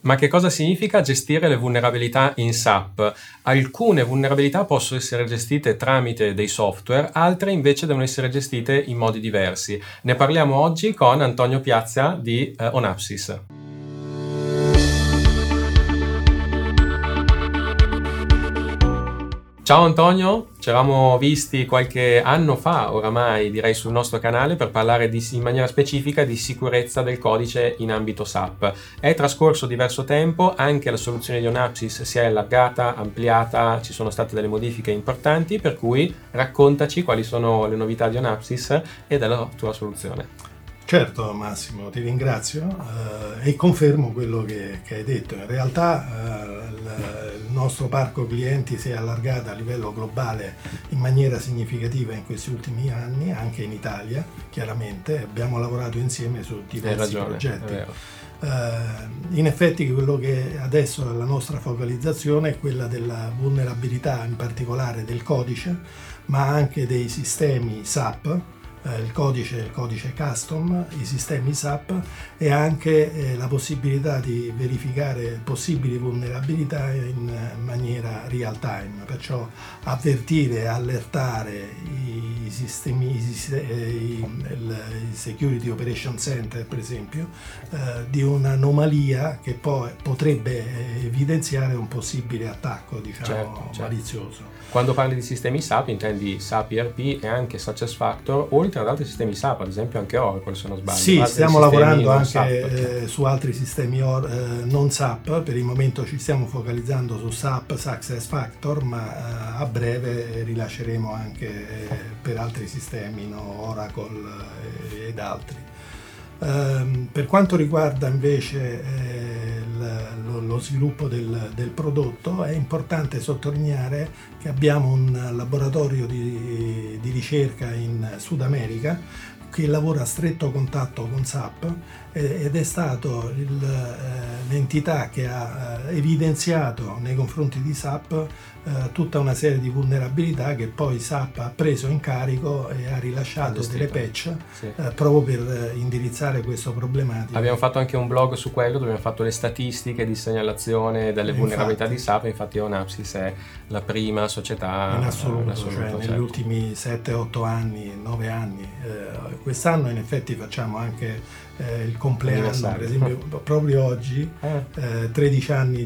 Ma che cosa significa gestire le vulnerabilità in SAP? Alcune vulnerabilità possono essere gestite tramite dei software, altre invece devono essere gestite in modi diversi. Ne parliamo oggi con Antonio Piazza di Onapsis. Ciao Antonio, ci eravamo visti qualche anno fa, oramai direi sul nostro canale, per parlare in maniera specifica di sicurezza del codice in ambito SAP. È trascorso diverso tempo, anche la soluzione di Onapsis si è allargata, ampliata, ci sono state delle modifiche importanti, per cui raccontaci quali sono le novità di Onapsis e della tua soluzione. Certo Massimo, ti ringrazio e confermo quello che hai detto. In realtà il nostro parco clienti si è allargato a livello globale in maniera significativa in questi ultimi anni, anche in Italia chiaramente. Abbiamo lavorato insieme su diversi progetti. In effetti quello che adesso è la nostra focalizzazione è quella della vulnerabilità, in particolare del codice, ma anche dei sistemi SAP. Il codice custom, i sistemi SAP e anche la possibilità di verificare possibili vulnerabilità in maniera real time, perciò avvertire e allertare i sistemi, il Security Operation Center per esempio, di un'anomalia che poi potrebbe evidenziare un possibile attacco, certo. Malizioso. Quando parli di sistemi SAP intendi SAP ERP e anche SuccessFactors, oltre ad altri sistemi SAP, ad esempio anche Oracle se non sbaglio. Sì, stiamo lavorando anche su altri sistemi non SAP, per il momento ci stiamo focalizzando su SAP SuccessFactors, ma a breve rilasceremo anche per altri sistemi, Oracle ed altri. Per quanto riguarda invece lo sviluppo del prodotto, è importante sottolineare che abbiamo un laboratorio di ricerca in Sud America che lavora a stretto contatto con SAP ed è stato l'entità che ha evidenziato nei confronti di SAP tutta una serie di vulnerabilità che poi SAP ha preso in carico e ha rilasciato delle patch proprio per indirizzare questo problematico. Abbiamo fatto anche un blog su quello dove abbiamo fatto le statistiche di segnalazione delle vulnerabilità di SAP, infatti Onapsis è la prima società in assoluto, cioè negli ultimi 7-8 anni, 9 anni. Quest'anno in effetti facciamo anche il compleanno, per esempio proprio oggi, 13 anni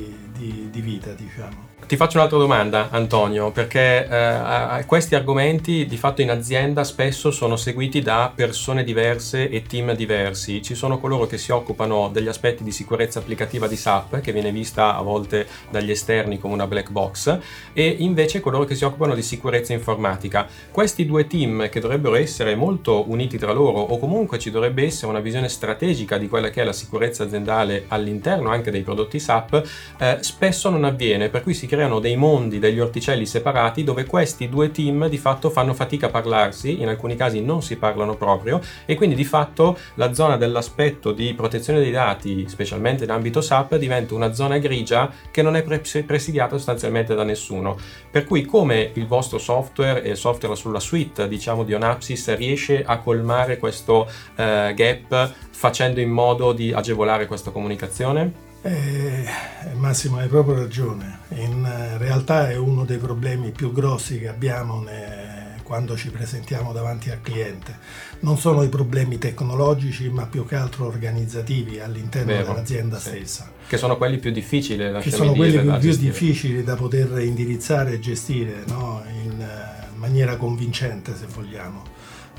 di vita, diciamo. Ti faccio un'altra domanda, Antonio, perché questi argomenti di fatto in azienda spesso sono seguiti da persone diverse e team diversi. Ci sono coloro che si occupano degli aspetti di sicurezza applicativa di SAP, che viene vista a volte dagli esterni come una black box, e invece coloro che si occupano di sicurezza informatica. Questi due team, che dovrebbero essere molto uniti tra loro, o comunque ci dovrebbe essere una visione strategica di quella che è la sicurezza aziendale all'interno anche dei prodotti SAP, spesso non avviene, per cui si creano dei mondi, degli orticelli separati dove questi due team di fatto fanno fatica a parlarsi, in alcuni casi non si parlano proprio, e quindi di fatto la zona dell'aspetto di protezione dei dati, specialmente in ambito SAP, diventa una zona grigia che non è presidiata sostanzialmente da nessuno. Per cui come il vostro software e il software sulla suite, diciamo, di Onapsis riesce a colmare questo gap facendo in modo di agevolare questa comunicazione? Massimo, hai proprio ragione. In realtà è uno dei problemi più grossi che abbiamo quando ci presentiamo davanti al cliente. Non sono i problemi tecnologici, ma più che altro organizzativi all'interno dell'azienda stessa. Che sono quelli più difficili, che sono quelli più difficili da poter indirizzare e gestire, in maniera convincente, se vogliamo.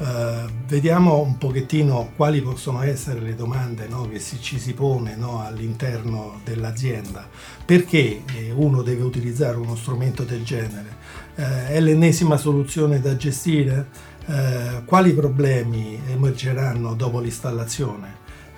Vediamo un pochettino quali possono essere le domande che ci si pone all'interno dell'azienda. Perché uno deve utilizzare uno strumento del genere? È l'ennesima soluzione da gestire? Quali problemi emergeranno dopo l'installazione?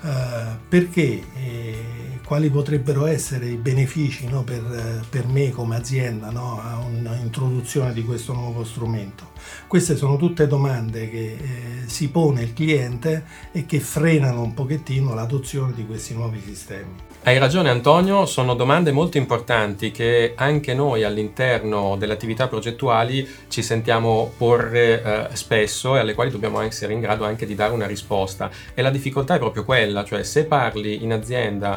Perché? Quali potrebbero essere i benefici per me come azienda a un'introduzione di questo nuovo strumento? Queste sono tutte domande che si pone il cliente e che frenano un pochettino l'adozione di questi nuovi sistemi. Hai ragione Antonio, sono domande molto importanti che anche noi all'interno delle attività progettuali ci sentiamo porre spesso e alle quali dobbiamo essere in grado anche di dare una risposta. E la difficoltà è proprio quella, cioè se parli in azienda di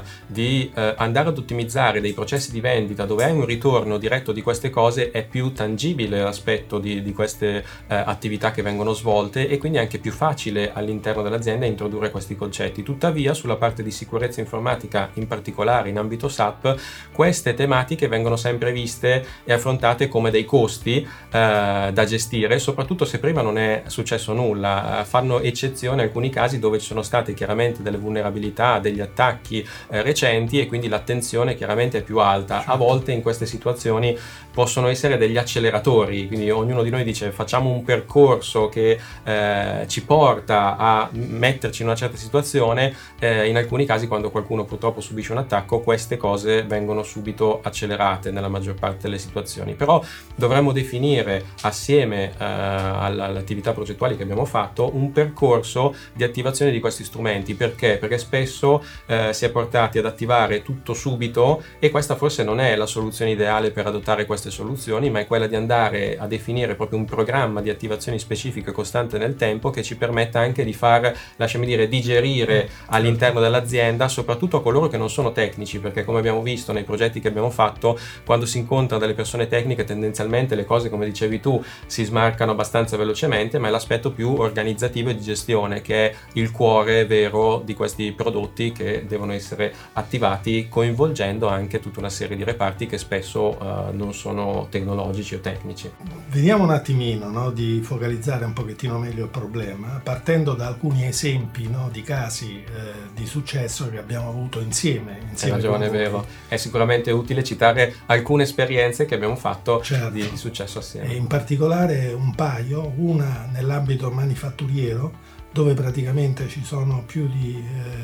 di andare ad ottimizzare dei processi di vendita dove hai un ritorno diretto di queste cose, è più tangibile l'aspetto di queste attività che vengono svolte, e quindi è anche più facile all'interno dell'azienda introdurre questi concetti. Tuttavia, sulla parte di sicurezza informatica, in particolare in ambito SAP, queste tematiche vengono sempre viste e affrontate come dei costi da gestire, soprattutto se prima non è successo nulla. Fanno eccezione alcuni casi dove ci sono state chiaramente delle vulnerabilità, degli attacchi recenti, e quindi l'attenzione chiaramente è più alta. A volte in queste situazioni possono essere degli acceleratori, quindi ognuno di noi dice facciamo un percorso che ci porta a metterci in una certa situazione. In alcuni casi, quando qualcuno purtroppo subisce un attacco, queste cose vengono subito accelerate nella maggior parte delle situazioni. Però dovremmo definire assieme alle attività progettuali che abbiamo fatto un percorso di attivazione di questi strumenti. Perché? Perché spesso si è portati ad attivare tutto subito, e questa forse non è la soluzione ideale per adottare queste soluzioni, ma è quella di andare a definire proprio un programma di attivazioni specifiche costante nel tempo, che ci permetta anche di far, lasciami dire, digerire all'interno dell'azienda, soprattutto a coloro che non sono tecnici, perché come abbiamo visto nei progetti che abbiamo fatto, quando si incontrano delle persone tecniche tendenzialmente le cose, come dicevi tu, si smarcano abbastanza velocemente, ma è l'aspetto più organizzativo e di gestione che è il cuore vero di questi prodotti, che devono essere attivati coinvolgendo anche tutta una serie di reparti che spesso non sono tecnologici o tecnici. Vediamo un attimino, no, di focalizzare un pochettino meglio il problema, partendo da alcuni esempi, no, di casi di successo che abbiamo avuto insieme. Hai ragione, è vero. È sicuramente utile citare alcune esperienze che abbiamo fatto, certo, di successo assieme. E in particolare un paio, una nell'ambito manifatturiero, dove praticamente ci sono più di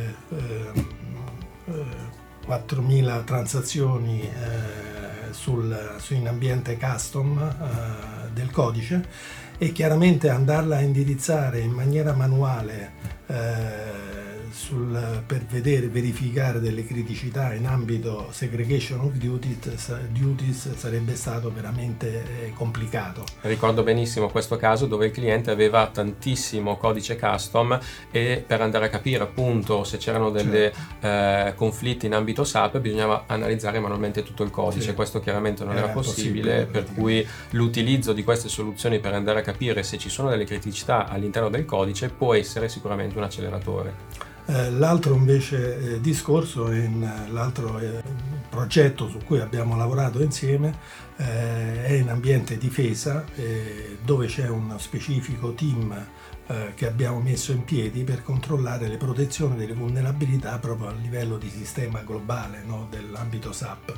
4.000 transazioni in ambiente custom del codice, e chiaramente andarla a indirizzare in maniera manuale per verificare delle criticità in ambito segregation of duties sarebbe stato veramente complicato. Ricordo benissimo questo caso dove il cliente aveva tantissimo codice custom, e per andare a capire appunto se c'erano delle conflitti in ambito SAP bisognava analizzare manualmente tutto il codice. Sì. Questo chiaramente non era possibile, per cui l'utilizzo di queste soluzioni per andare a capire se ci sono delle criticità all'interno del codice può essere sicuramente un acceleratore. L'altro invece discorso l'altro progetto su cui abbiamo lavorato insieme è in ambiente difesa, dove c'è uno specifico team che abbiamo messo in piedi per controllare le protezioni delle vulnerabilità proprio a livello di sistema globale, no, dell'ambito SAP.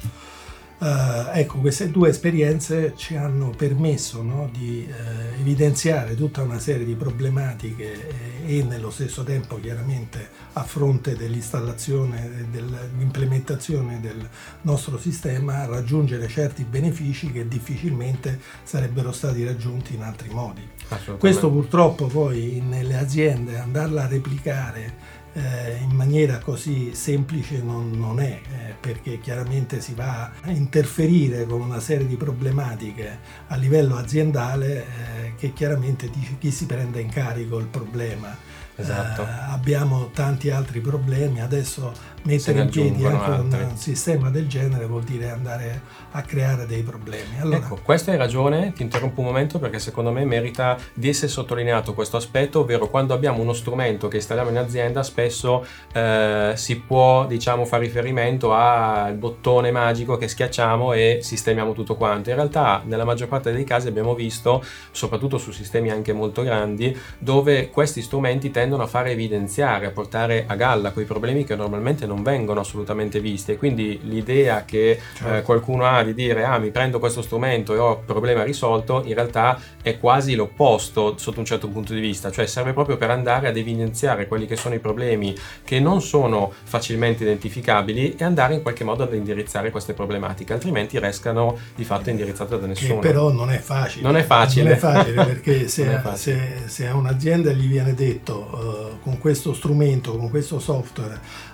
Ecco, queste due esperienze ci hanno permesso, no, di evidenziare tutta una serie di problematiche e nello stesso tempo chiaramente a fronte dell'installazione e dell'implementazione del nostro sistema raggiungere certi benefici che difficilmente sarebbero stati raggiunti in altri modi. Questo purtroppo poi nelle aziende andarla a replicare in maniera così semplice non è, perché chiaramente si va a interferire con una serie di problematiche a livello aziendale che chiaramente dice chi si prende in carico il problema. Esatto. Abbiamo tanti altri problemi, adesso mettere in piedi anche un sistema del genere vuol dire andare a creare dei problemi. Allora, ecco, questa hai ragione, ti interrompo un momento perché secondo me merita di essere sottolineato questo aspetto, ovvero quando abbiamo uno strumento che installiamo in azienda spesso si può, diciamo, fare riferimento al bottone magico che schiacciamo e sistemiamo tutto quanto. In realtà nella maggior parte dei casi abbiamo visto, soprattutto su sistemi anche molto grandi, dove questi strumenti tendono a fare evidenziare, a portare a galla quei problemi che normalmente non vengono assolutamente visti, e quindi l'idea che qualcuno ha di dire mi prendo questo strumento e ho il problema risolto, in realtà è quasi l'opposto sotto un certo punto di vista, cioè serve proprio per andare ad evidenziare quelli che sono i problemi che non sono facilmente identificabili e andare in qualche modo ad indirizzare queste problematiche, altrimenti restano di fatto indirizzate da nessuno. Che però non è facile. Non è facile perché se a un'azienda gli viene detto con questo strumento, con questo software aumenta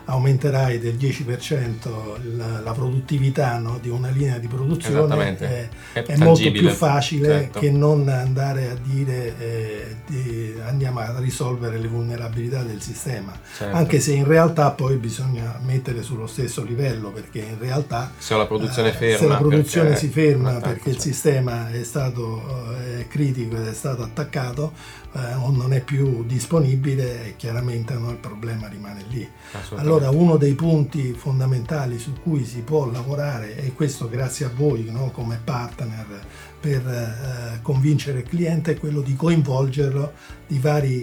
aumenterai del 10% la produttività, no, di una linea di produzione, è molto più facile, certo, che non andare a dire andiamo a risolvere le vulnerabilità del sistema, certo, anche se in realtà poi bisogna mettere sullo stesso livello, perché in realtà se la produzione si ferma perché il sistema è stato critico ed è stato attaccato o non è più disponibile, chiaramente il problema rimane lì. Allora uno dei punti fondamentali su cui si può lavorare, e questo grazie a voi, no, come partner per convincere il cliente, è quello di coinvolgerlo i vari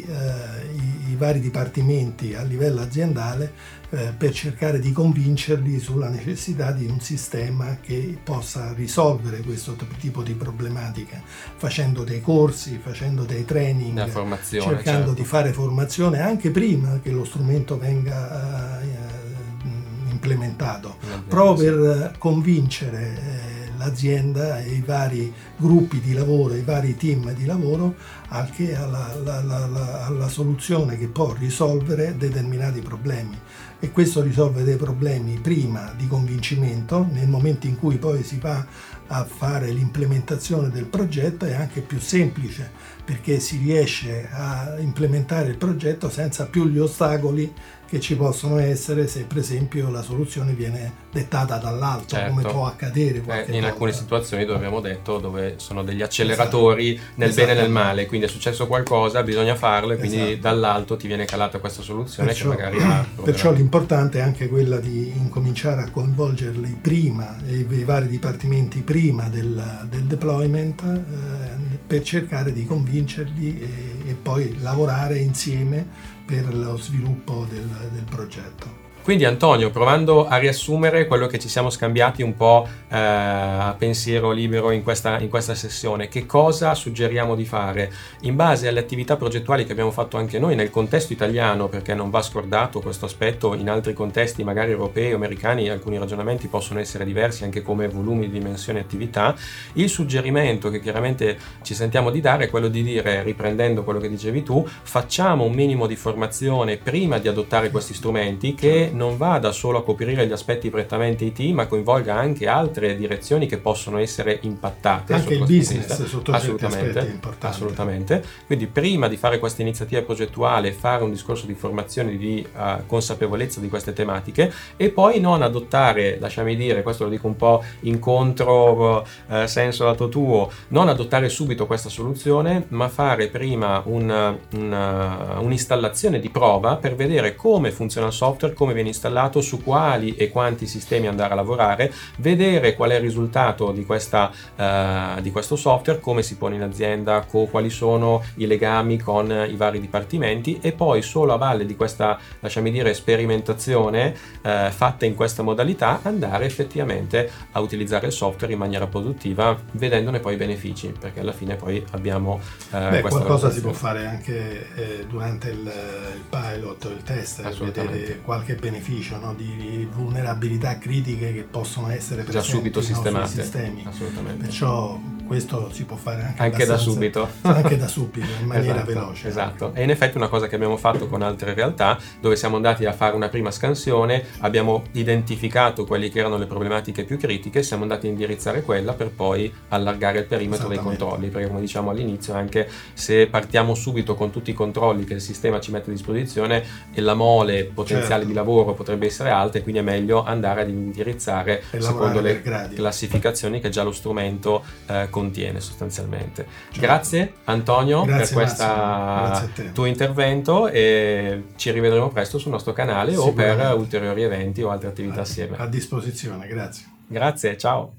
dipartimenti a livello aziendale, per cercare di convincerli sulla necessità di un sistema che possa risolvere questo tipo di problematica, facendo dei corsi, facendo dei training, cercando, certo, di fare formazione anche prima che lo strumento venga implementato, proprio per convincere l'azienda e i vari gruppi di lavoro, i vari team di lavoro anche alla soluzione che può risolvere determinati problemi. E questo risolve dei problemi prima di convincimento, nel momento in cui poi si va a fare l'implementazione del progetto è anche più semplice, perché si riesce a implementare il progetto senza più gli ostacoli che ci possono essere se per esempio la soluzione viene dettata dall'alto, certo, come può accadere qualche in alcune situazioni dove abbiamo detto, dove sono degli acceleratori nel bene e nel male, quindi è successo qualcosa, bisogna farlo, e quindi dall'alto ti viene calata questa soluzione, perciò, che magari perciò l'importante è anche quella di incominciare a coinvolgerli prima, i vari dipartimenti prima del deployment, per cercare di convincerli e poi lavorare insieme per lo sviluppo del progetto. Quindi Antonio, provando a riassumere quello che ci siamo scambiati un po' a pensiero libero in questa sessione, che cosa suggeriamo di fare? In base alle attività progettuali che abbiamo fatto anche noi nel contesto italiano, perché non va scordato questo aspetto, in altri contesti magari europei o americani alcuni ragionamenti possono essere diversi anche come volumi, dimensioni e attività, il suggerimento che chiaramente ci sentiamo di dare è quello di dire, riprendendo quello che dicevi tu, facciamo un minimo di formazione prima di adottare questi strumenti, che non vada solo a coprire gli aspetti prettamente IT, ma coinvolga anche altre direzioni che possono essere impattate. Anche il business sotto certi aspetti è importante. Assolutamente. Quindi prima di fare questa iniziativa progettuale, fare un discorso di formazione, di consapevolezza di queste tematiche, e poi non adottare, lasciami dire, questo lo dico un po' in contro senso lato tuo, non adottare subito questa soluzione, ma fare prima un'installazione di prova per vedere come funziona il software, come viene installato, su quali e quanti sistemi andare a lavorare, vedere qual è il risultato di questo software, come si pone in azienda, quali sono i legami con i vari dipartimenti, e poi solo a valle di questa, lasciami dire, sperimentazione fatta in questa modalità, andare effettivamente a utilizzare il software in maniera produttiva, vedendone poi i benefici, perché alla fine poi abbiamo qualcosa si può fare anche durante il pilot, il test, vedere qualche beneficio, no, di vulnerabilità critiche che possono essere presenti già subito sistemate, sistemi. Assolutamente. Perciò questo si può fare anche da subito in maniera veloce. Esatto. E in effetti una cosa che abbiamo fatto con altre realtà, dove siamo andati a fare una prima scansione, abbiamo identificato quelle che erano le problematiche più critiche, siamo andati a indirizzare quella per poi allargare il perimetro dei controlli, perché come diciamo all'inizio, anche se partiamo subito con tutti i controlli che il sistema ci mette a disposizione, e la mole potenziale, certo, di lavoro potrebbe essere alta, e quindi è meglio andare ad indirizzare secondo le classificazioni che già lo strumento contiene sostanzialmente. Certo. Grazie Antonio per questo tuo intervento, e ci rivedremo presto sul nostro canale o per ulteriori eventi o altre attività assieme. A disposizione, grazie. Grazie, ciao.